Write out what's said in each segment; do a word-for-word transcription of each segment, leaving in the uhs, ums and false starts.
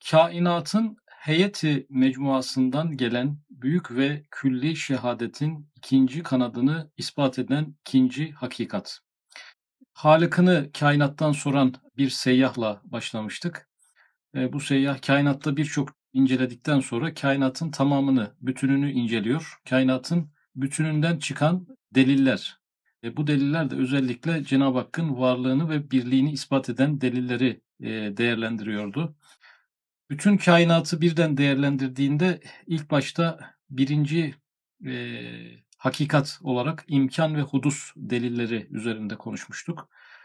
Kainatın heyeti mecmuasından gelen büyük ve külli şehadetin ikinci kanadını ispat eden ikinci hakikat. Halık'ını kainattan soran bir seyyahla başlamıştık. E, bu seyyah kainatta birçok inceledikten sonra kainatın tamamını, bütününü inceliyor. Kainatın bütününden çıkan deliller. E, bu deliller de özellikle Cenab-ı Hakk'ın varlığını ve birliğini ispat eden delilleri e, değerlendiriyordu. Bütün kainatı birden değerlendirdiğinde ilk başta birinci e, hakikat olarak imkan ve hudus delilleri üzerinde konuşmuştuk.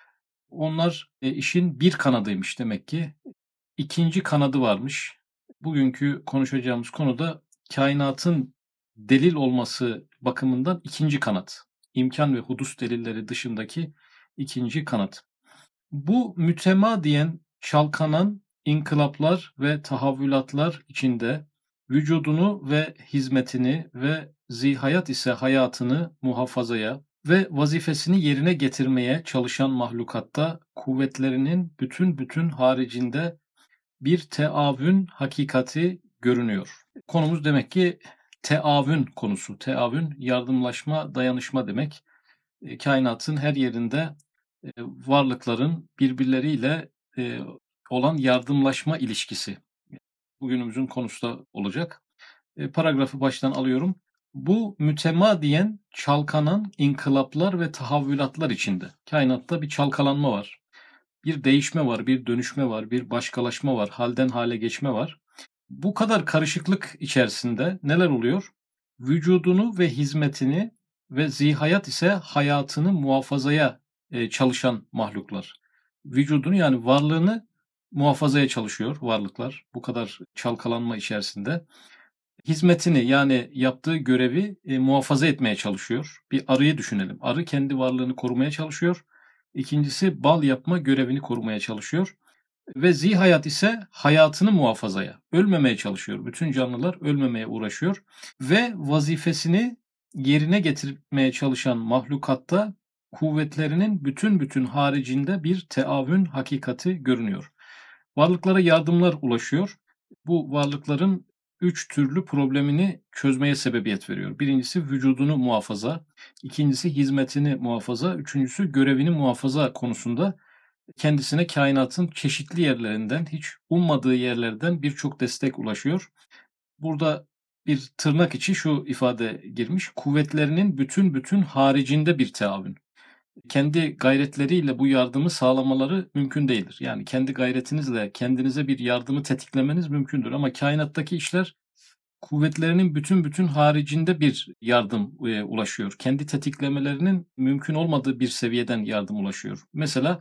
Onlar e, işin bir kanadıymış demek ki. İkinci kanadı varmış. Bugünkü konuşacağımız konu da kainatın delil olması bakımından ikinci kanat. İmkan ve hudus delilleri dışındaki ikinci kanat. Bu mütemadiyen çalkanan inkılaplar ve tahavvülatlar içinde vücudunu ve hizmetini ve zihayat ise hayatını muhafazaya ve vazifesini yerine getirmeye çalışan mahlukatta kuvvetlerinin bütün bütün haricinde bir teavün hakikati görünüyor. Konumuz demek ki teavün konusu. Teavün, yardımlaşma, dayanışma demek. E, kainatın her yerinde e, varlıkların birbirleriyle e, olan yardımlaşma ilişkisi. Bugünümüzün konusu da olacak. E, paragrafı baştan alıyorum. Bu mütemadiyen çalkanan inkılaplar ve tahavvülatlar içinde. Kainatta bir çalkalanma var. Bir değişme var, bir dönüşme var, bir başkalaşma var, halden hale geçme var. Bu kadar karışıklık içerisinde neler oluyor? Vücudunu ve hizmetini ve zihayat ise hayatını muhafazaya e, çalışan mahluklar. Vücudunu yani varlığını muhafazaya çalışıyor varlıklar bu kadar çalkalanma içerisinde. Hizmetini yani yaptığı görevi e, muhafaza etmeye çalışıyor. Bir arıyı düşünelim. Arı kendi varlığını korumaya çalışıyor. İkincisi bal yapma görevini korumaya çalışıyor. Ve zihayat ise hayatını muhafazaya, ölmemeye çalışıyor. Bütün canlılar ölmemeye uğraşıyor. Ve vazifesini yerine getirmeye çalışan mahlukatta kuvvetlerinin bütün bütün haricinde bir teavün hakikati görünüyor. Varlıklara yardımlar ulaşıyor. Bu varlıkların üç türlü problemini çözmeye sebebiyet veriyor. Birincisi vücudunu muhafaza, ikincisi hizmetini muhafaza, üçüncüsü görevini muhafaza konusunda kendisine kainatın çeşitli yerlerinden, hiç ummadığı yerlerden birçok destek ulaşıyor. Burada bir tırnak içi şu ifade girmiş, kuvvetlerinin bütün bütün haricinde bir teavün. Kendi gayretleriyle bu yardımı sağlamaları mümkün değildir. Yani kendi gayretinizle kendinize bir yardımı tetiklemeniz mümkündür ama kainattaki işler kuvvetlerinin bütün bütün haricinde bir yardım e, ulaşıyor. Kendi tetiklemelerinin mümkün olmadığı bir seviyeden yardım ulaşıyor. Mesela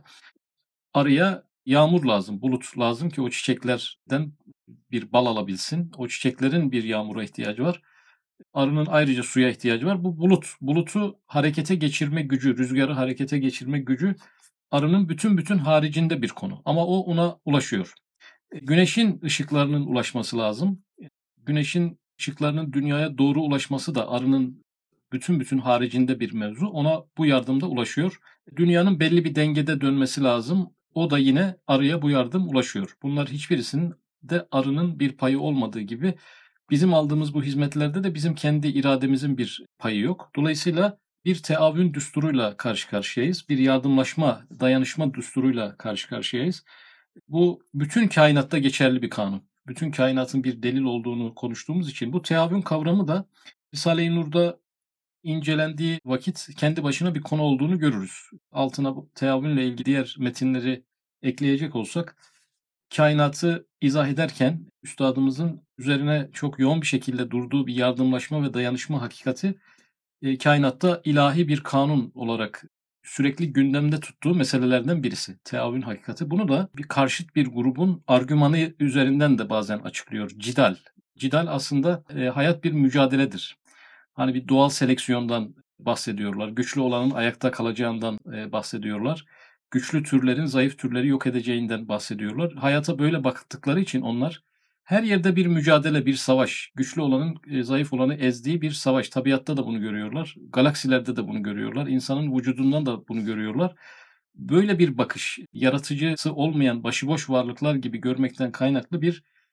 arıya yağmur lazım, bulut lazım ki o çiçeklerden bir bal alabilsin. O çiçeklerin bir yağmura ihtiyacı var. Arının ayrıca suya ihtiyacı var. Bu bulut, bulutu harekete geçirme gücü, rüzgarı harekete geçirme gücü arının bütün bütün haricinde bir konu. Ama o ona ulaşıyor. Güneşin ışıklarının ulaşması lazım. Güneşin ışıklarının dünyaya doğru ulaşması da arının bütün bütün haricinde bir mevzu. Ona bu yardımda ulaşıyor. Dünyanın belli bir dengede dönmesi lazım. O da yine arıya bu yardım ulaşıyor. Bunlar hiçbirisinin de arının bir payı olmadığı gibi bizim aldığımız bu hizmetlerde de bizim kendi irademizin bir payı yok. Dolayısıyla bir teavün düsturuyla karşı karşıyayız. Bir yardımlaşma, dayanışma düsturuyla karşı karşıyayız. Bu bütün kainatta geçerli bir kanun. Bütün kainatın bir delil olduğunu konuştuğumuz için bu teavün kavramı da Risale-i Nur'da incelendiği vakit kendi başına bir konu olduğunu görürüz. Altına bu teavünle ilgili diğer metinleri ekleyecek olsak kainatı izah ederken üstadımızın üzerine çok yoğun bir şekilde durduğu bir yardımlaşma ve dayanışma hakikati e, kainatta ilahi bir kanun olarak sürekli gündemde tuttuğu meselelerden birisi. Teavün hakikati. Bunu da bir karşıt bir grubun argümanı üzerinden de bazen açıklıyor. Cidal. Cidal aslında e, hayat bir mücadeledir. Hani bir doğal seleksiyondan bahsediyorlar. Güçlü olanın ayakta kalacağından e, bahsediyorlar. Güçlü türlerin zayıf türleri yok edeceğinden bahsediyorlar. Hayata böyle baktıkları için onlar her yerde bir mücadele, bir savaş. Güçlü olanın e, zayıf olanı ezdiği bir savaş. Tabiatta da bunu görüyorlar. Galaksilerde de bunu görüyorlar. İnsanın vücudundan da bunu görüyorlar. Böyle bir bakış, yaratıcısı olmayan başıboş varlıklar gibi görmekten kaynaklı bir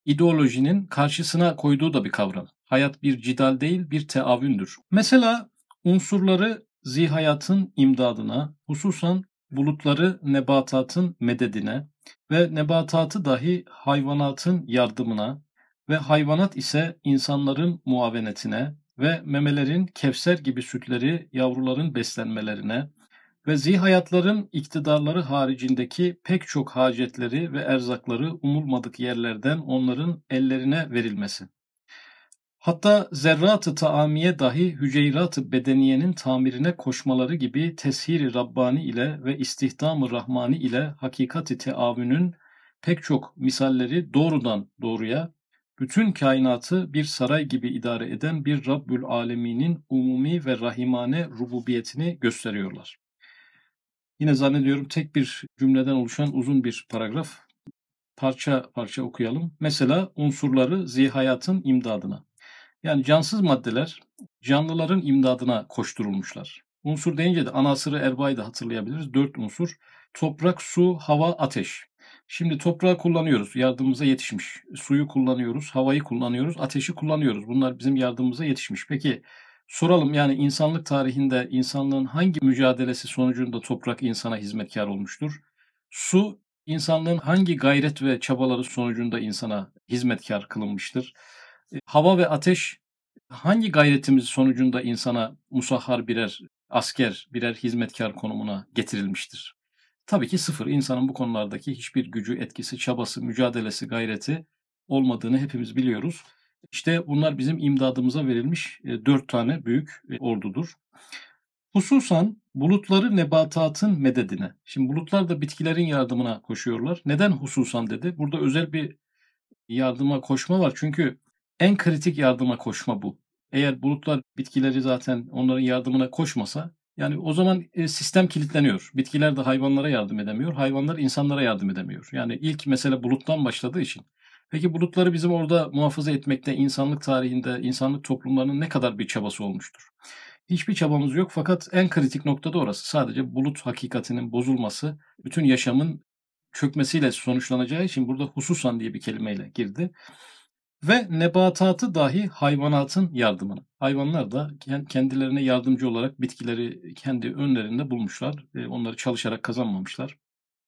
ideolojinin karşısına koyduğu da bir kavram. Hayat bir cidal değil, bir teavündür. Mesela unsurları zihayatın imdadına, hususan bulutları nebatatın mededine ve nebatatı dahi hayvanatın yardımına ve hayvanat ise insanların muavenetine ve memelerin kevser gibi sütleri yavruların beslenmelerine ve zihayatların iktidarları haricindeki pek çok hacetleri ve erzakları umulmadık yerlerden onların ellerine verilmesi. Hatta zerrat-ı taamiye dahi hüceyrat-ı bedeniyenin tamirine koşmaları gibi teshir-i Rabbani ile ve istihdam-ı Rahmani ile hakikat-i teavünün pek çok misalleri doğrudan doğruya bütün kainatı bir saray gibi idare eden bir Rabbül Alemin'in umumi ve rahimane rububiyetini gösteriyorlar. Yine zannediyorum tek bir cümleden oluşan uzun bir paragraf. Parça parça okuyalım. Mesela unsurları zihayatın imdadına. Yani cansız maddeler canlıların imdadına koşturulmuşlar. Unsur deyince de anasırı erbayı da hatırlayabiliriz. Dört unsur. Toprak, su, hava, ateş. Şimdi toprağı kullanıyoruz. Yardımımıza yetişmiş. Suyu kullanıyoruz. Havayı kullanıyoruz. Ateşi kullanıyoruz. Bunlar bizim yardımımıza yetişmiş. Peki soralım, yani insanlık tarihinde insanlığın hangi mücadelesi sonucunda toprak insana hizmetkar olmuştur? Su insanlığın hangi gayret ve çabaları sonucunda insana hizmetkar kılınmıştır? E, Hava ve ateş hangi gayretimiz sonucunda insana musahhar birer asker, birer hizmetkar konumuna getirilmiştir? Tabii ki sıfır. İnsanın bu konulardaki hiçbir gücü, etkisi, çabası, mücadelesi, gayreti olmadığını hepimiz biliyoruz. İşte bunlar bizim imdadımıza verilmiş e, dört tane büyük e, ordudur. Hususan bulutları nebatatın mededine. Şimdi bulutlar da bitkilerin yardımına koşuyorlar. Neden hususan dedi? Burada özel bir yardıma koşma var. Çünkü en kritik yardıma koşma bu. Eğer bulutlar bitkileri zaten onların yardımına koşmasa, yani o zaman e, sistem kilitleniyor. Bitkiler de hayvanlara yardım edemiyor. Hayvanlar insanlara yardım edemiyor. Yani ilk mesele buluttan başladığı için. Peki bulutları bizim orada muhafaza etmekte insanlık tarihinde, insanlık toplumlarının ne kadar bir çabası olmuştur? Hiçbir çabamız yok, fakat en kritik noktada orası. Sadece bulut hakikatinin bozulması, bütün yaşamın çökmesiyle sonuçlanacağı için burada hususan diye bir kelimeyle girdi. Ve nebatatı dahi hayvanatın yardımına. Hayvanlar da kendilerine yardımcı olarak bitkileri kendi önlerinde bulmuşlar. Onları çalışarak kazanmamışlar.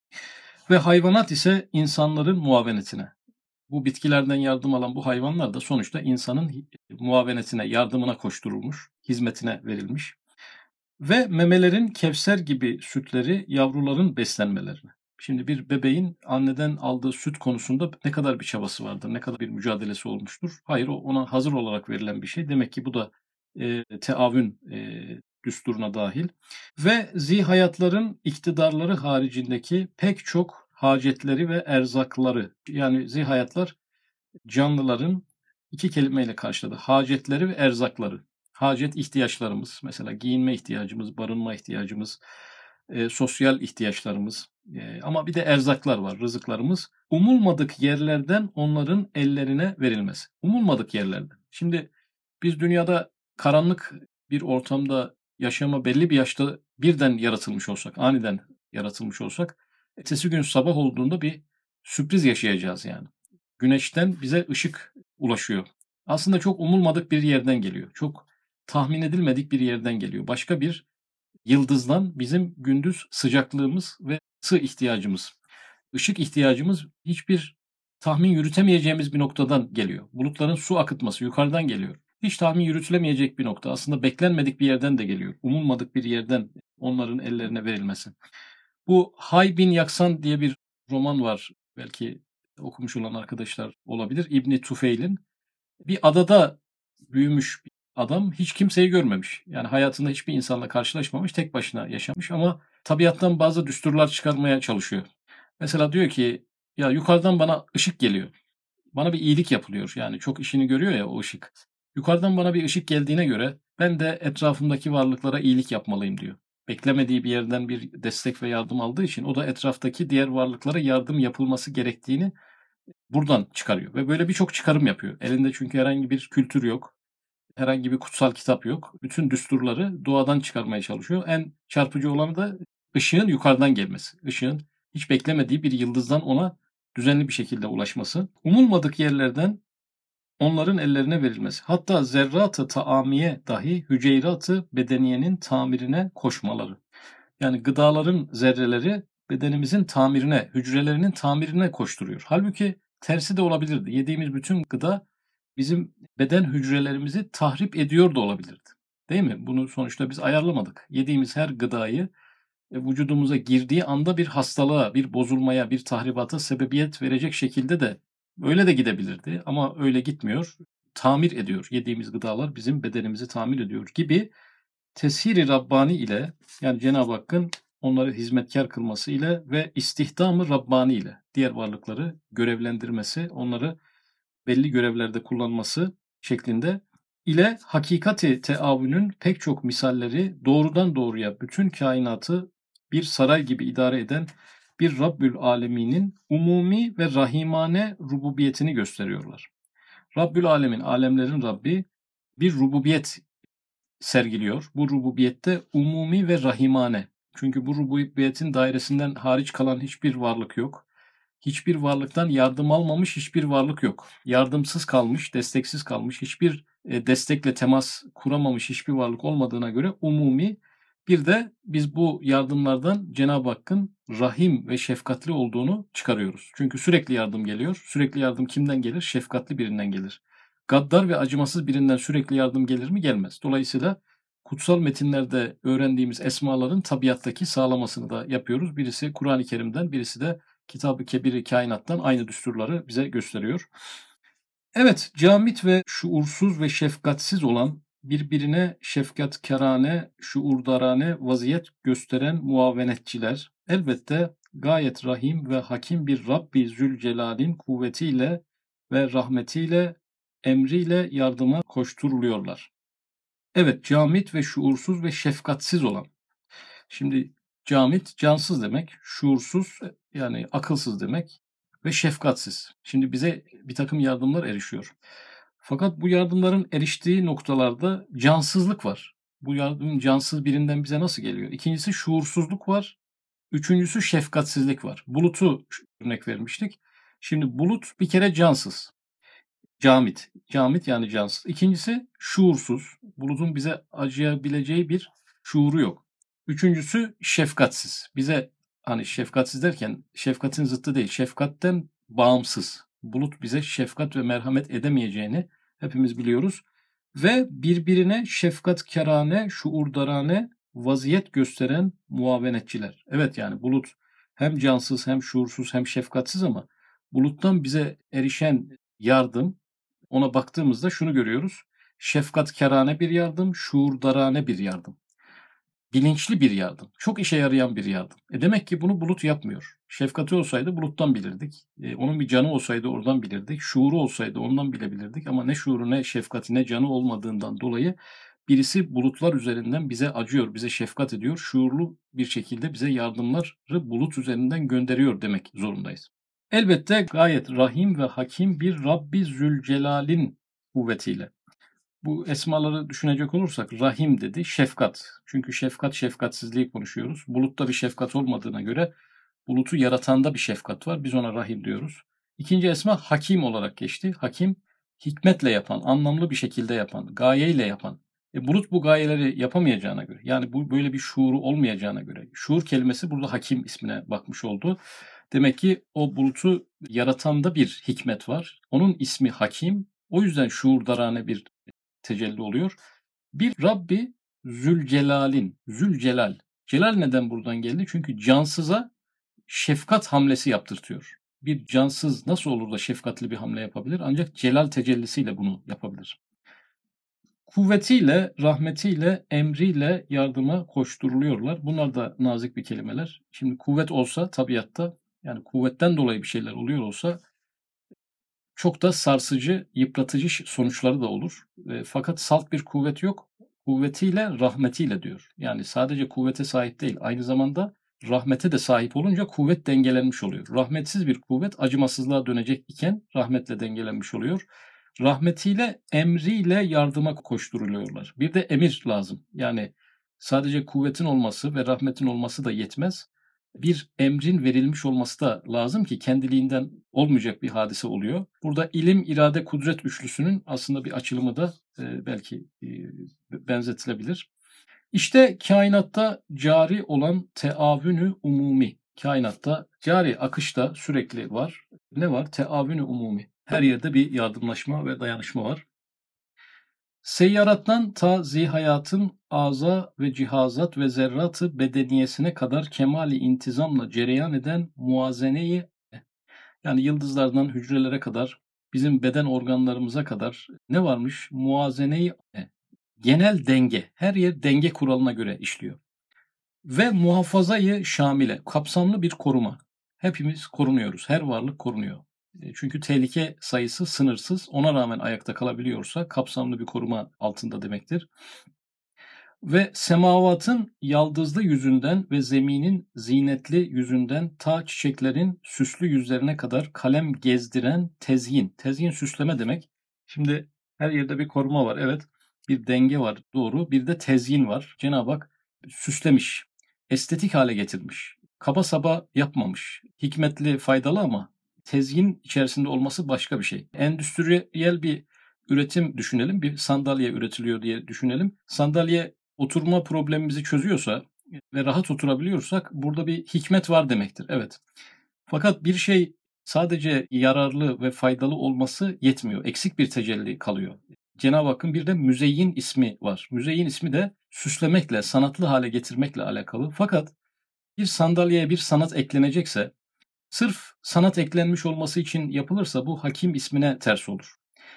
Ve hayvanat ise insanların muavenetine. Bu bitkilerden yardım alan bu hayvanlar da sonuçta insanın muavenetine, yardımına koşturulmuş, hizmetine verilmiş. Ve memelerin kevser gibi sütleri yavruların beslenmelerine. Şimdi bir bebeğin anneden aldığı süt konusunda ne kadar bir çabası vardır, ne kadar bir mücadelesi olmuştur? Hayır, o ona hazır olarak verilen bir şey. Demek ki bu da e, teavün e, düsturuna dahil. Ve zihayatların iktidarları haricindeki pek çok hacetleri ve erzakları. Yani zihayatlar canlıların iki kelimeyle karşıladı. Hacetleri ve erzakları. Hacet ihtiyaçlarımız, mesela giyinme ihtiyacımız, barınma ihtiyacımız, e, sosyal ihtiyaçlarımız, e, ama bir de erzaklar var, rızıklarımız. Umulmadık yerlerden onların ellerine verilmesi. Umulmadık yerlerden. Şimdi biz dünyada karanlık bir ortamda yaşama belli bir yaşta birden yaratılmış olsak, aniden yaratılmış olsak, ertesi gün sabah olduğunda bir sürpriz yaşayacağız yani. Güneşten bize ışık ulaşıyor. Aslında çok umulmadık bir yerden geliyor. Çok tahmin edilmedik bir yerden geliyor. Başka bir yıldızdan bizim gündüz sıcaklığımız ve ısı ihtiyacımız, ışık ihtiyacımız hiçbir tahmin yürütemeyeceğimiz bir noktadan geliyor. Bulutların su akıtması yukarıdan geliyor. Hiç tahmin yürütülemeyecek bir nokta. Aslında beklenmedik bir yerden de geliyor. Umulmadık bir yerden onların ellerine verilmesi. Bu Hay bin Yaksan diye bir roman var. Belki okumuş olan arkadaşlar olabilir. İbni Tufeil'in. Bir adada büyümüş bir adam, hiç kimseyi görmemiş. Yani hayatında hiçbir insanla karşılaşmamış, tek başına yaşamış ama tabiattan bazı düsturlar çıkarmaya çalışıyor. Mesela diyor ki, ya yukarıdan bana ışık geliyor. Bana bir iyilik yapılıyor. Yani çok işini görüyor ya o ışık. Yukarıdan bana bir ışık geldiğine göre ben de etrafımdaki varlıklara iyilik yapmalıyım diyor. Beklemediği bir yerden bir destek ve yardım aldığı için o da etraftaki diğer varlıklara yardım yapılması gerektiğini buradan çıkarıyor. Ve böyle birçok çıkarım yapıyor. Elinde çünkü herhangi bir kültür yok. Herhangi bir kutsal kitap yok. Bütün düsturları doğadan çıkarmaya çalışıyor. En çarpıcı olanı da ışığın yukarıdan gelmesi. Işığın hiç beklemediği bir yıldızdan ona düzenli bir şekilde ulaşması, umulmadık yerlerden onların ellerine verilmesi, hatta zerrat-ı taamiye dahi hüceyrat-ı bedeniyenin tamirine koşmaları. Yani gıdaların zerreleri bedenimizin tamirine, hücrelerinin tamirine koşturuyor. Halbuki tersi de olabilirdi. Yediğimiz bütün gıda bizim beden hücrelerimizi tahrip ediyor da olabilirdi. Değil mi? Bunu sonuçta biz ayarlamadık. Yediğimiz her gıdayı e, vücudumuza girdiği anda bir hastalığa, bir bozulmaya, bir tahribata sebebiyet verecek şekilde de öyle de gidebilirdi. Ama öyle gitmiyor. Tamir ediyor. Yediğimiz gıdalar bizim bedenimizi tamir ediyor gibi teshir-i Rabbani ile, yani Cenab-ı Hakk'ın onları hizmetkar kılması ile ve istihdam-ı Rabbani ile diğer varlıkları görevlendirmesi, onları belli görevlerde kullanması şeklinde ile hakikati teavünün pek çok misalleri doğrudan doğruya bütün kainatı bir saray gibi idare eden bir Rabbül Alemin'in umumi ve rahimane rububiyetini gösteriyorlar. Rabbül Alemin, alemlerin Rabbi bir rububiyet sergiliyor. Bu rububiyette umumi ve rahimane. Çünkü bu rububiyetin dairesinden hariç kalan hiçbir varlık yok. Hiçbir varlıktan yardım almamış hiçbir varlık yok. Yardımsız kalmış, desteksiz kalmış, hiçbir e, destekle temas kuramamış hiçbir varlık olmadığına göre umumi, bir de biz bu yardımlardan Cenab-ı Hakk'ın rahim ve şefkatli olduğunu çıkarıyoruz. Çünkü sürekli yardım geliyor. Sürekli yardım kimden gelir? Şefkatli birinden gelir. Gaddar ve acımasız birinden sürekli yardım gelir mi? Gelmez. Dolayısıyla kutsal metinlerde öğrendiğimiz esmaların tabiattaki sağlamasını da yapıyoruz. Birisi Kur'an-ı Kerim'den, birisi de Kitab-ı Kebir-i Kainat'tan aynı düsturları bize gösteriyor. Evet, camit ve şuursuz ve şefkatsiz olan, birbirine şefkatkârane, şuurdarane vaziyet gösteren muavenetçiler, elbette gayet rahim ve hakim bir Rabbi Zülcelal'in kuvvetiyle ve rahmetiyle, emriyle yardıma koşturuluyorlar. Evet, camit ve şuursuz ve şefkatsiz olan. Şimdi camit cansız demek, şuursuz yani akılsız demek ve şefkatsiz. Şimdi bize bir takım yardımlar erişiyor. Fakat bu yardımların eriştiği noktalarda cansızlık var. Bu yardım cansız birinden bize nasıl geliyor? İkincisi şuursuzluk var. Üçüncüsü şefkatsizlik var. Bulutu örnek vermiştik. Şimdi bulut bir kere cansız. Camit. Camit yani cansız. İkincisi şuursuz. Bulutun bize acıyabileceği bir şuuru yok. Üçüncüsü şefkatsiz. Bize hani şefkatsiz derken şefkatin zıttı değil. Şefkatten bağımsız. Bulut bize şefkat ve merhamet edemeyeceğini hepimiz biliyoruz. Ve birbirine şefkatkârane, şuurdarane vaziyet gösteren muavenetçiler. Evet, yani bulut hem cansız hem şuursuz hem şefkatsiz ama buluttan bize erişen yardım, ona baktığımızda şunu görüyoruz. Şefkatkârane bir yardım, şuurdarane bir yardım. Bilinçli bir yardım. Çok işe yarayan bir yardım. E demek ki bunu bulut yapmıyor. Şefkati olsaydı buluttan bilirdik. E, onun bir canı olsaydı oradan bilirdik. Şuuru olsaydı ondan bilebilirdik. Ama ne şuuru ne şefkati ne canı olmadığından dolayı birisi bulutlar üzerinden bize acıyor, bize şefkat ediyor. Şuurlu bir şekilde bize yardımları bulut üzerinden gönderiyor demek zorundayız. Elbette gayet rahim ve hakim bir Rabbi Zülcelal'in kuvvetiyle. Bu esmaları düşünecek olursak rahim dedi, şefkat. Çünkü şefkat şefkatsizliği konuşuyoruz. Bulutta bir şefkat olmadığına göre bulutu yaratanda bir şefkat var. Biz ona rahim diyoruz. İkinci esma hakim olarak geçti. Hakim hikmetle yapan, anlamlı bir şekilde yapan, gayeyle yapan. E, bulut bu gayeleri yapamayacağına göre, yani bu böyle bir şuuru olmayacağına göre, şuur kelimesi burada hakim ismine bakmış oldu. Demek ki o bulutu yaratanda bir hikmet var. Onun ismi hakim. O yüzden şuurdarane bir tecelli oluyor. Bir Rabbi Zülcelal'in, Zülcelal. Celal neden buradan geldi? Çünkü cansıza şefkat hamlesi yaptırtıyor. Bir cansız nasıl olur da şefkatli bir hamle yapabilir? Ancak celal tecellisiyle bunu yapabilir. Kuvvetiyle, rahmetiyle, emriyle yardıma koşturuluyorlar. Bunlar da nazik bir kelimeler. Şimdi kuvvet olsa tabiatta, yani kuvvetten dolayı bir şeyler oluyor olsa çok da sarsıcı, yıpratıcı sonuçları da olur. E, fakat salt bir kuvvet yok. Kuvvetiyle, rahmetiyle diyor. Yani sadece kuvvete sahip değil, aynı zamanda rahmete de sahip olunca kuvvet dengelenmiş oluyor. Rahmetsiz bir kuvvet acımasızlığa dönecek iken rahmetle dengelenmiş oluyor. Rahmetiyle, emriyle yardıma koşturuluyorlar. Bir de emir lazım. Yani sadece kuvvetin olması ve rahmetin olması da yetmez. bir emrin verilmiş olması da lazım ki kendiliğinden olmayacak bir hadise oluyor. Burada ilim, irade, kudret üçlüsünün aslında bir açılımı da e, belki e, benzetilebilir. İşte kainatta cari olan teavünü umumi. Kainatta cari akışta sürekli var. Ne var? Teavünü umumi. Her yerde bir yardımlaşma ve dayanışma var. Seyyarattan ta zihayatın aza ve cihazat ve zerratı bedeniyesine kadar kemali intizamla cereyan eden muazeneyi, yani yıldızlardan hücrelere kadar bizim beden organlarımıza kadar ne varmış? Muazeneyi, genel denge. Her yer denge kuralına göre işliyor. Ve muhafazayı şamile, kapsamlı bir koruma. Hepimiz korunuyoruz. Her varlık korunuyor. Çünkü tehlike sayısı sınırsız. Ona rağmen ayakta kalabiliyorsa kapsamlı bir koruma altında demektir. Ve semavatın yaldızlı yüzünden ve zeminin zinetli yüzünden ta çiçeklerin süslü yüzlerine kadar kalem gezdiren tezyin. Tezyin süsleme demek. Şimdi her yerde bir koruma var. Evet, bir denge var. Doğru. Bir de tezyin var. Cenab-ı Hak süslemiş. Estetik hale getirmiş. Kaba saba yapmamış. Hikmetli, faydalı ama tezyin içerisinde olması başka bir şey. Endüstriyel bir üretim düşünelim. Bir sandalye üretiliyor diye düşünelim. Sandalye oturma problemimizi çözüyorsa ve rahat oturabiliyorsak burada bir hikmet var demektir. Evet. Fakat bir şey sadece yararlı ve faydalı olması yetmiyor. Eksik bir tecelli kalıyor. Cenab-ı Hakk'ın bir de müzeyyin ismi var. Müzeyyin ismi de süslemekle, sanatlı hale getirmekle alakalı. Fakat bir sandalyeye bir sanat eklenecekse, sırf sanat eklenmiş olması için yapılırsa bu hakim ismine ters olur.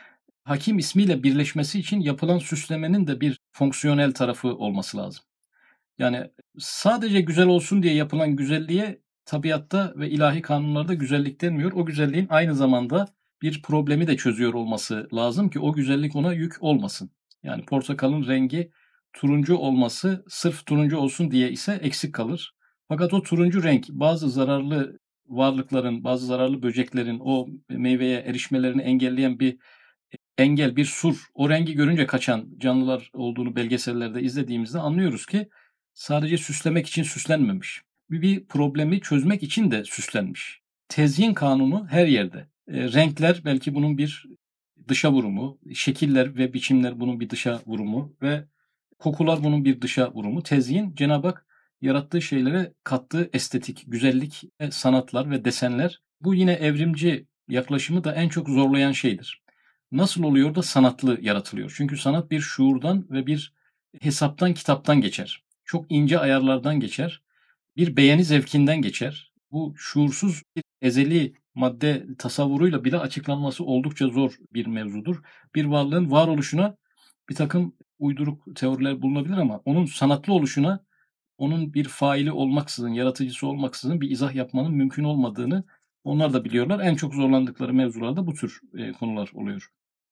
Hakim ismiyle birleşmesi için yapılan süslemenin de bir fonksiyonel tarafı olması lazım. Yani sadece güzel olsun diye yapılan güzelliğe tabiatta ve ilahi kanunlarda güzellik denmiyor. O güzelliğin aynı zamanda bir problemi de çözüyor olması lazım ki o güzellik ona yük olmasın. Yani portakalın rengi turuncu olması sırf turuncu olsun diye ise eksik kalır. Fakat o turuncu renk bazı zararlı varlıkların, bazı zararlı böceklerin o meyveye erişmelerini engelleyen bir engel, bir sur. O rengi görünce kaçan canlılar olduğunu belgesellerde izlediğimizde anlıyoruz ki sadece süslemek için süslenmemiş. Bir, bir problemi çözmek için de süslenmiş. Tezyin kanunu her yerde. E, renkler belki bunun bir dışa vurumu, şekiller ve biçimler bunun bir dışa vurumu ve kokular bunun bir dışa vurumu. Tezyin, Cenab-ı Hak yarattığı şeylere kattığı estetik, güzellik, sanatlar ve desenler. Bu yine evrimci yaklaşımı da en çok zorlayan şeydir. Nasıl oluyor da sanatlı yaratılıyor? Çünkü sanat bir şuurdan ve bir hesaptan, kitaptan geçer. Çok ince ayarlardan geçer. Bir beğeni zevkinden geçer. Bu şuursuz bir ezeli madde tasavvuruyla bile açıklanması oldukça zor bir mevzudur. Bir varlığın varoluşuna bir takım uyduruk teoriler bulunabilir ama onun sanatlı oluşuna, onun bir faili olmaksızın, yaratıcısı olmaksızın bir izah yapmanın mümkün olmadığını onlar da biliyorlar. En çok zorlandıkları mevzularda bu tür e, konular oluyor.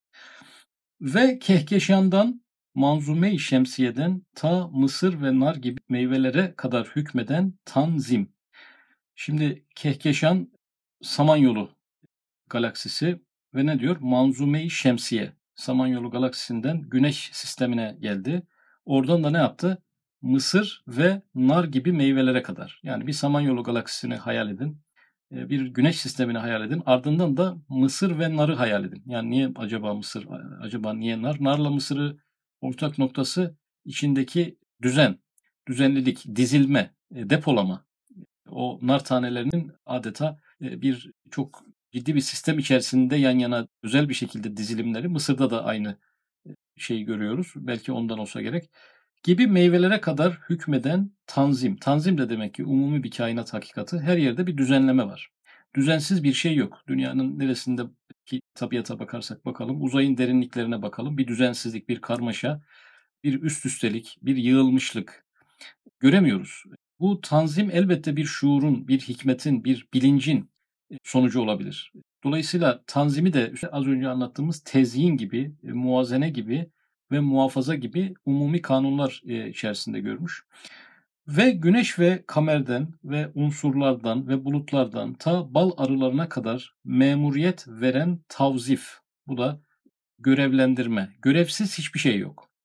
Ve Kehkeşan'dan, Manzume-i Şemsiye'den ta mısır ve nar gibi meyvelere kadar hükmeden tanzim. Şimdi Kehkeşan Samanyolu galaksisi ve ne diyor? Manzume-i Şemsiye. Samanyolu galaksisinden Güneş sistemine geldi. Oradan da ne yaptı? Mısır ve nar gibi meyvelere kadar. Yani bir Samanyolu galaksisini hayal edin. Bir güneş sistemini hayal edin. Ardından da mısır ve narı hayal edin. Yani niye acaba mısır, acaba niye nar? Narla mısırı ortak noktası içindeki düzen, düzenlilik, dizilme, depolama. O nar tanelerinin adeta bir çok ciddi bir sistem içerisinde yan yana özel bir şekilde dizilimleri. Mısır'da da aynı şeyi görüyoruz. Belki ondan olsa gerek. Gibi meyvelere kadar hükmeden tanzim. Tanzim de demek ki umumi bir kainat hakikati. Her yerde bir düzenleme var. Düzensiz bir şey yok. Dünyanın neresinde ki tabiata bakarsak bakalım, uzayın derinliklerine bakalım. Bir düzensizlik, bir karmaşa, bir üst üstelik, bir yığılmışlık göremiyoruz. Bu tanzim elbette bir şuurun, bir hikmetin, bir bilincin sonucu olabilir. Dolayısıyla tanzimi de az önce anlattığımız tezyin gibi, muazene gibi ve muhafaza gibi umumi kanunlar içerisinde görmüş. Ve güneş ve kamerden ve unsurlardan ve bulutlardan ta bal arılarına kadar memuriyet veren tavzif. Bu da görevlendirme. Görevsiz hiçbir şey yok.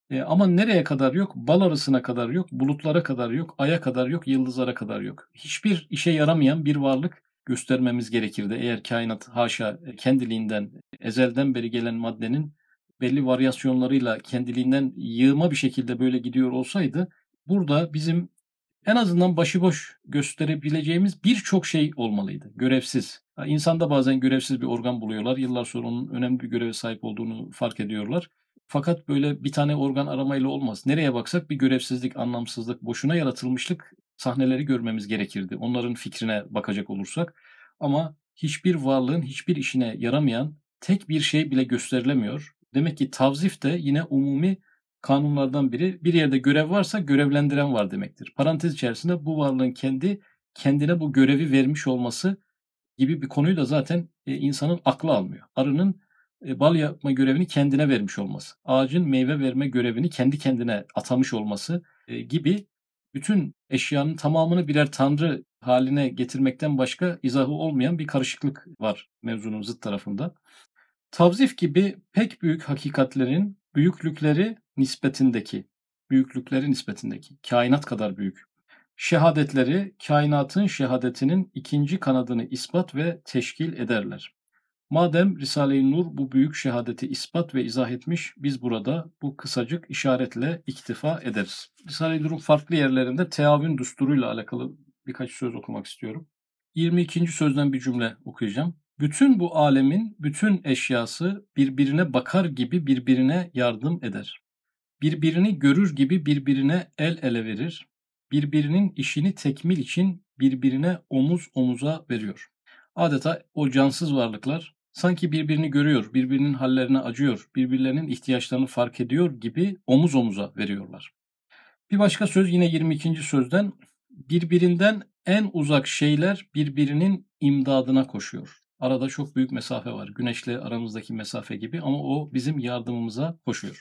E, ama nereye kadar yok? Bal arısına kadar yok, bulutlara kadar yok, aya kadar yok, yıldızlara kadar yok. Hiçbir işe yaramayan bir varlık göstermemiz gerekirdi. Eğer kainat haşa kendiliğinden, ezelden beri gelen maddenin belli varyasyonlarıyla kendiliğinden yığma bir şekilde böyle gidiyor olsaydı, burada bizim en azından başıboş gösterebileceğimiz birçok şey olmalıydı. Görevsiz. Ha, İnsanda bazen görevsiz bir organ buluyorlar. Yıllar sonra onun önemli bir göreve sahip olduğunu fark ediyorlar. Fakat böyle bir tane organ aramayla olmaz. Nereye baksak bir görevsizlik, anlamsızlık, boşuna yaratılmışlık sahneleri görmemiz gerekirdi. Onların fikrine bakacak olursak. Ama hiçbir varlığın hiçbir işine yaramayan tek bir şey bile gösterilemiyor. Demek ki tavzif de yine umumi kanunlardan biri. Bir yerde görev varsa görevlendiren var demektir. Parantez içerisinde bu varlığın kendi kendine bu görevi vermiş olması gibi bir konuyu da zaten e, insanın aklı almıyor. Arının e, bal yapma görevini kendine vermiş olması, ağacın meyve verme görevini kendi kendine atamış olması e, gibi bütün eşyanın tamamını birer tanrı haline getirmekten başka izahı olmayan bir karışıklık var mevzunun zıt tarafında. Tavzif gibi pek büyük hakikatlerin büyüklükleri nispetindeki, büyüklükleri nispetindeki, kainat kadar büyük şehadetleri kainatın şehadetinin ikinci kanadını ispat ve teşkil ederler. Madem Risale-i Nur bu büyük şehadeti ispat ve izah etmiş, biz burada bu kısacık işaretle iktifa ederiz. Risale-i Nur'un farklı yerlerinde teavün düsturuyla alakalı birkaç söz okumak istiyorum. yirmi ikinci sözden bir cümle okuyacağım. Bütün bu alemin bütün eşyası birbirine bakar gibi birbirine yardım eder. Birbirini görür gibi birbirine el ele verir. Birbirinin işini tekmil için birbirine omuz omuza veriyor. Adeta o cansız varlıklar sanki birbirini görüyor, birbirinin hallerine acıyor, birbirlerinin ihtiyaçlarını fark ediyor gibi omuz omuza veriyorlar. Bir başka söz yine yirmi ikinci sözden, birbirinden en uzak şeyler birbirinin imdadına koşuyor. Arada çok büyük mesafe var. Güneşle aramızdaki mesafe gibi ama o bizim yardımımıza koşuyor.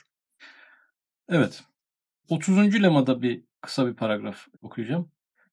Evet. otuzuncu lemada bir kısa bir paragraf okuyacağım.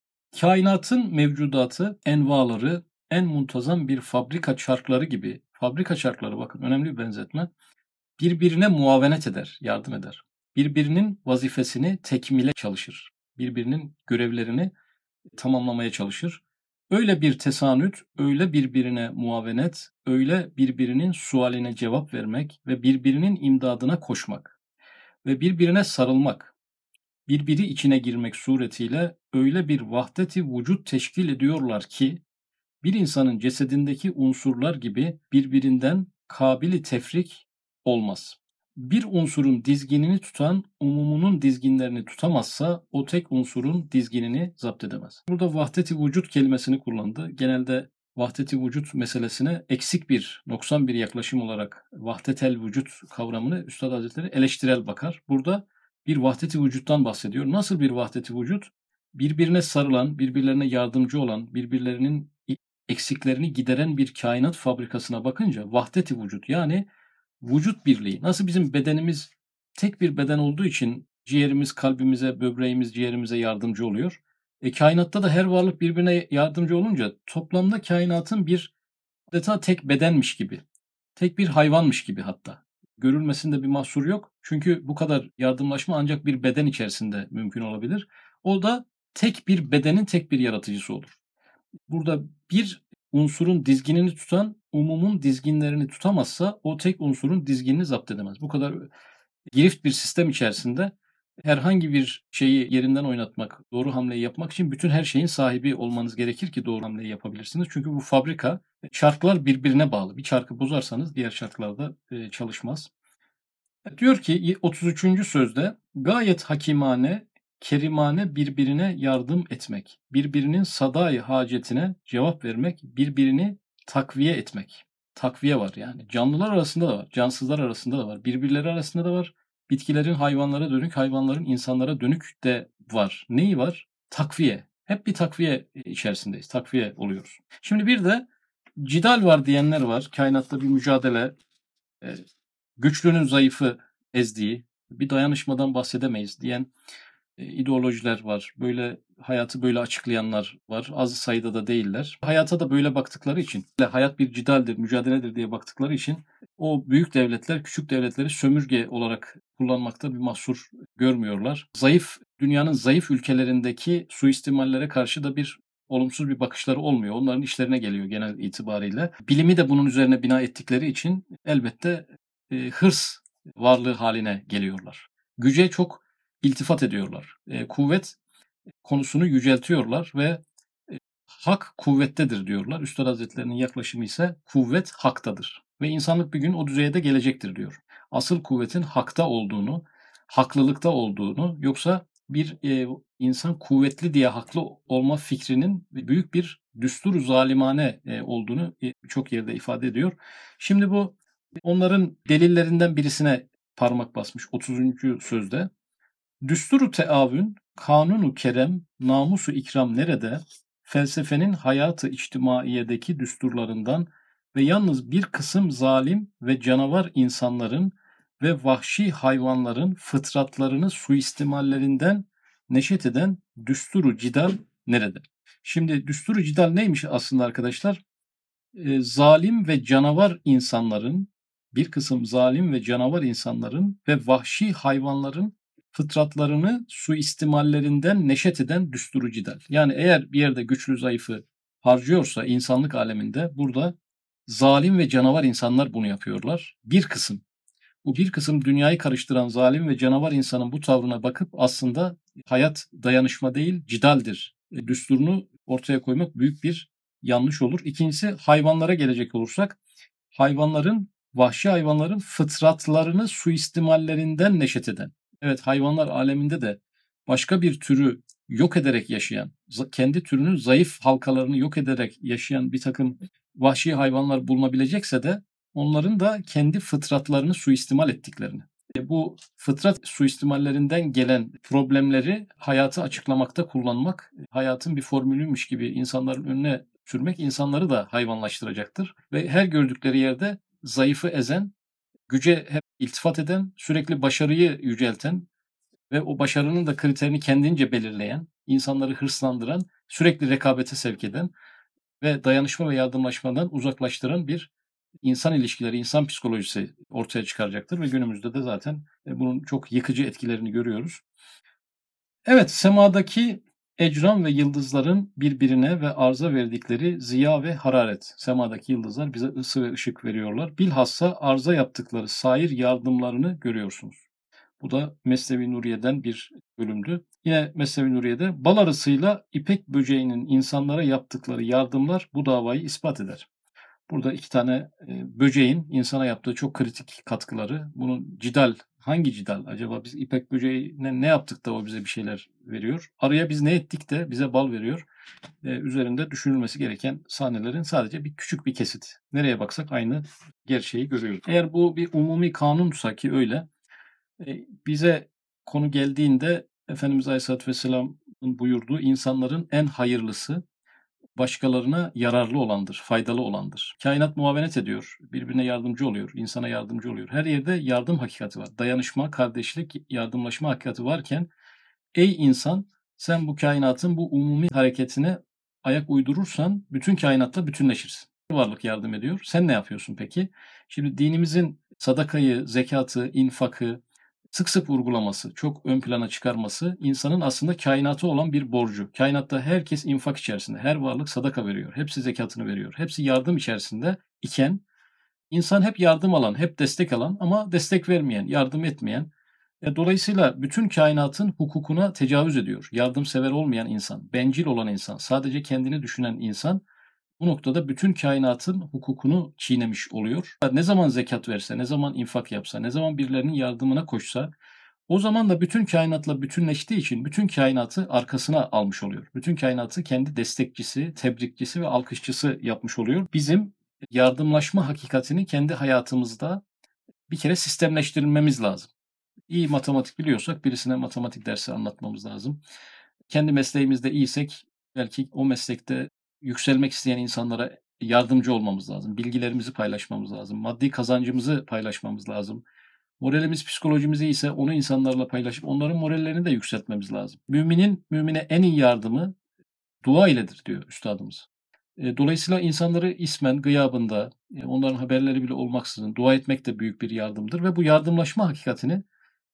Kainatın mevcudatı, envaları en muntazam bir fabrika çarkları gibi, fabrika çarkları bakın önemli bir benzetme, birbirine muavenet eder, yardım eder. Birbirinin vazifesini tekmile çalışır. Birbirinin görevlerini tamamlamaya çalışır. Öyle bir tesanüt, öyle birbirine muavenet, öyle birbirinin sualine cevap vermek ve birbirinin imdadına koşmak ve birbirine sarılmak, birbiri içine girmek suretiyle öyle bir vahdeti vücut teşkil ediyorlar ki, bir insanın cesedindeki unsurlar gibi birbirinden kabili tefrik olmaz. Bir unsurun dizginini tutan umumunun dizginlerini tutamazsa o tek unsurun dizginini zapt edemez. Burada vahdeti vücut kelimesini kullandı. Genelde vahdeti vücut meselesine eksik bir, noksan bir yaklaşım olarak vahdetel vücut kavramını Üstad Hazretleri eleştirel bakar. Burada bir vahdeti vücuttan bahsediyor. Nasıl bir vahdeti vücut? Birbirine sarılan, birbirlerine yardımcı olan, birbirlerinin eksiklerini gideren bir kainat fabrikasına bakınca vahdet-i vücut, yani vücut birliği. Nasıl bizim bedenimiz tek bir beden olduğu için ciğerimiz kalbimize, böbreğimiz ciğerimize yardımcı oluyor. E, kainatta da her varlık birbirine yardımcı olunca toplamda kainatın bir adeta tek bedenmiş gibi, tek bir hayvanmış gibi hatta. Görülmesinde bir mahsur yok. Çünkü bu kadar yardımlaşma ancak bir beden içerisinde mümkün olabilir. O da tek bir bedenin tek bir yaratıcısı olur. Burada bir unsurun dizginini tutan umumun dizginlerini tutamazsa o tek unsurun dizginini zapt edemez. Bu kadar girift bir sistem içerisinde herhangi bir şeyi yerinden oynatmak, doğru hamleyi yapmak için bütün her şeyin sahibi olmanız gerekir ki doğru hamleyi yapabilirsiniz. Çünkü bu fabrika, çarklar birbirine bağlı. Bir çarkı bozarsanız diğer çarklar da çalışmaz. Diyor ki otuz üçüncü sözde gayet hakimane, kerimane birbirine yardım etmek, birbirinin sadai hacetine cevap vermek, birbirini takviye etmek. Takviye var yani. Canlılar arasında da var, cansızlar arasında da var, birbirleri arasında da var. Bitkilerin hayvanlara dönük, hayvanların insanlara dönük de var. Neyi var? Takviye. Hep bir takviye içerisindeyiz. Takviye oluyoruz. Şimdi bir de cidal var diyenler var. Kainatta bir mücadele, güçlünün zayıfı ezdiği, bir dayanışmadan bahsedemeyiz diyen e, ideolojiler var. Böyle hayatı böyle açıklayanlar var. Az sayıda da değiller. Hayata da böyle baktıkları için, hayat bir cidaldir, mücadeledir diye baktıkları için o büyük devletler küçük devletleri sömürge olarak kullanmakta bir mahsur görmüyorlar. Zayıf, dünyanın zayıf ülkelerindeki suistimallere karşı da bir olumsuz bir bakışları olmuyor. Onların işlerine geliyor genel itibariyle. Bilimi de bunun üzerine bina ettikleri için elbette e, hırs varlığı haline geliyorlar. Güce çok iltifat ediyorlar. E, kuvvet konusunu yüceltiyorlar ve e, hak kuvvettedir diyorlar. Üstad Hazretlerinin yaklaşımı ise kuvvet haktadır. Ve insanlık bir gün o düzeye de gelecektir diyor. Asıl kuvvetin hakta olduğunu, haklılıkta olduğunu, yoksa bir e, insan kuvvetli diye haklı olma fikrinin büyük bir düstur zalimane e, olduğunu e, birçok yerde ifade ediyor. Şimdi bu onların delillerinden birisine parmak basmış otuzuncu sözde. Düsturu teavün, kanunu kerem, namusu ikram nerede? Felsefenin hayatı içtimaiyedeki düsturlarından ve yalnız bir kısım zalim ve canavar insanların ve vahşi hayvanların fıtratlarını suistimallerinden neşet eden düsturu cidal nerede? Şimdi düsturu cidal neymiş aslında arkadaşlar? E, zalim ve canavar insanların, bir kısım zalim ve canavar insanların ve vahşi hayvanların fıtratlarını suistimallerinden neşet eden düsturu cidal. Yani eğer bir yerde güçlü zayıfı harcıyorsa insanlık aleminde, burada zalim ve canavar insanlar bunu yapıyorlar. Bir kısım. Bu bir kısım dünyayı karıştıran zalim ve canavar insanın bu tavrına bakıp aslında hayat dayanışma değil cidaldir e, düsturunu ortaya koymak büyük bir yanlış olur. İkincisi, hayvanlara gelecek olursak, hayvanların, vahşi hayvanların fıtratlarını suistimallerinden neşet eden. Evet, hayvanlar aleminde de başka bir türü yok ederek yaşayan, kendi türünün zayıf halkalarını yok ederek yaşayan bir takım vahşi hayvanlar bulunabilecekse de onların da kendi fıtratlarını suistimal ettiklerini. E, bu fıtrat suistimallerinden gelen problemleri hayatı açıklamakta kullanmak, hayatın bir formülüymüş gibi insanların önüne sürmek insanları da hayvanlaştıracaktır. Ve her gördükleri yerde zayıfı ezen, güce hep iltifat eden, sürekli başarıyı yücelten ve o başarının da kriterini kendince belirleyen, insanları hırslandıran, sürekli rekabete sevk eden ve dayanışma ve yardımlaşmadan uzaklaştıran bir insan ilişkileri, insan psikolojisi ortaya çıkaracaktır ve günümüzde de zaten bunun çok yıkıcı etkilerini görüyoruz. Evet, semadaki ecram ve yıldızların birbirine ve arza verdikleri ziya ve hararet. Semadaki yıldızlar bize ısı ve ışık veriyorlar. Bilhassa arza yaptıkları sair yardımlarını görüyorsunuz. Bu da Mesnevi Nuriye'den bir bölümdü. Yine Mesnevi Nuriye'de bal arısıyla ipek böceğinin insanlara yaptıkları yardımlar bu davayı ispat eder. Burada iki tane böceğin insana yaptığı çok kritik katkıları. Bunun cidal, hangi cidal? Acaba biz ipek böceğine ne yaptık da o bize bir şeyler veriyor? Arıya biz ne ettik de bize bal veriyor? Ee, üzerinde düşünülmesi gereken sahnelerin sadece bir küçük bir kesit. Nereye baksak aynı gerçeği görüyoruz. Eğer bu bir umumi kanunsa ki öyle, bize konu geldiğinde Efendimiz Aleyhisselatü Vesselam'ın buyurduğu insanların en hayırlısı başkalarına yararlı olandır, faydalı olandır. Kainat muavenet ediyor, birbirine yardımcı oluyor, insana yardımcı oluyor. Her yerde yardım hakikati var. Dayanışma, kardeşlik, yardımlaşma hakikati varken ey insan, sen bu kainatın bu umumi hareketine ayak uydurursan bütün kainatla bütünleşirsin. Varlık yardım ediyor. Sen ne yapıyorsun peki? Şimdi dinimizin sadakayı, zekatı, infakı sık sık vurgulaması, çok ön plana çıkarması insanın aslında kainata olan bir borcu. Kainatta herkes infak içerisinde, her varlık sadaka veriyor, hepsi zekatını veriyor, hepsi yardım içerisinde iken insan hep yardım alan, hep destek alan ama destek vermeyen, yardım etmeyen. Dolayısıyla bütün kainatın hukukuna tecavüz ediyor. Yardımsever olmayan insan, bencil olan insan, sadece kendini düşünen insan bu noktada bütün kainatın hukukunu çiğnemiş oluyor. Ne zaman zekat verse, ne zaman infak yapsa, ne zaman birilerinin yardımına koşsa, o zaman da bütün kainatla bütünleştiği için bütün kainatı arkasına almış oluyor. Bütün kainatı kendi destekçisi, tebrikçisi ve alkışçısı yapmış oluyor. Bizim yardımlaşma hakikatini kendi hayatımızda bir kere sistemleştirilmemiz lazım. İyi matematik biliyorsak birisine matematik dersi anlatmamız lazım. Kendi mesleğimizde iyiysek belki o meslekte yükselmek isteyen insanlara yardımcı olmamız lazım. Bilgilerimizi paylaşmamız lazım. Maddi kazancımızı paylaşmamız lazım. Moralimiz, psikolojimiz iyiyse onu insanlarla paylaşıp onların morallerini de yükseltmemiz lazım. Müminin mümine en iyi yardımı dua iledir diyor üstadımız. Dolayısıyla insanları ismen, gıyabında, onların haberleri bile olmaksızın dua etmek de büyük bir yardımdır ve bu yardımlaşma hakikatini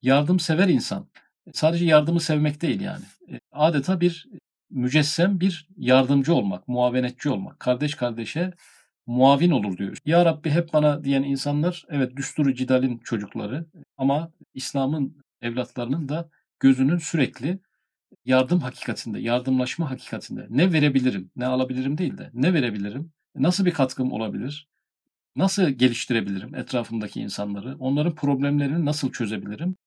Yardımsever insan, sadece yardımı sevmek değil yani. E, adeta bir mücessem bir yardımcı olmak, muavenetçi olmak, kardeş kardeşe muavin olur diyor. Ya Rabbi hep bana diyen insanlar evet düsturu cidalin çocukları ama İslam'ın evlatlarının da gözünün sürekli yardım hakikatinde, yardımlaşma hakikatinde. Ne verebilirim, ne alabilirim değil de ne verebilirim, nasıl bir katkım olabilir, nasıl geliştirebilirim etrafımdaki insanları, onların problemlerini nasıl çözebilirim?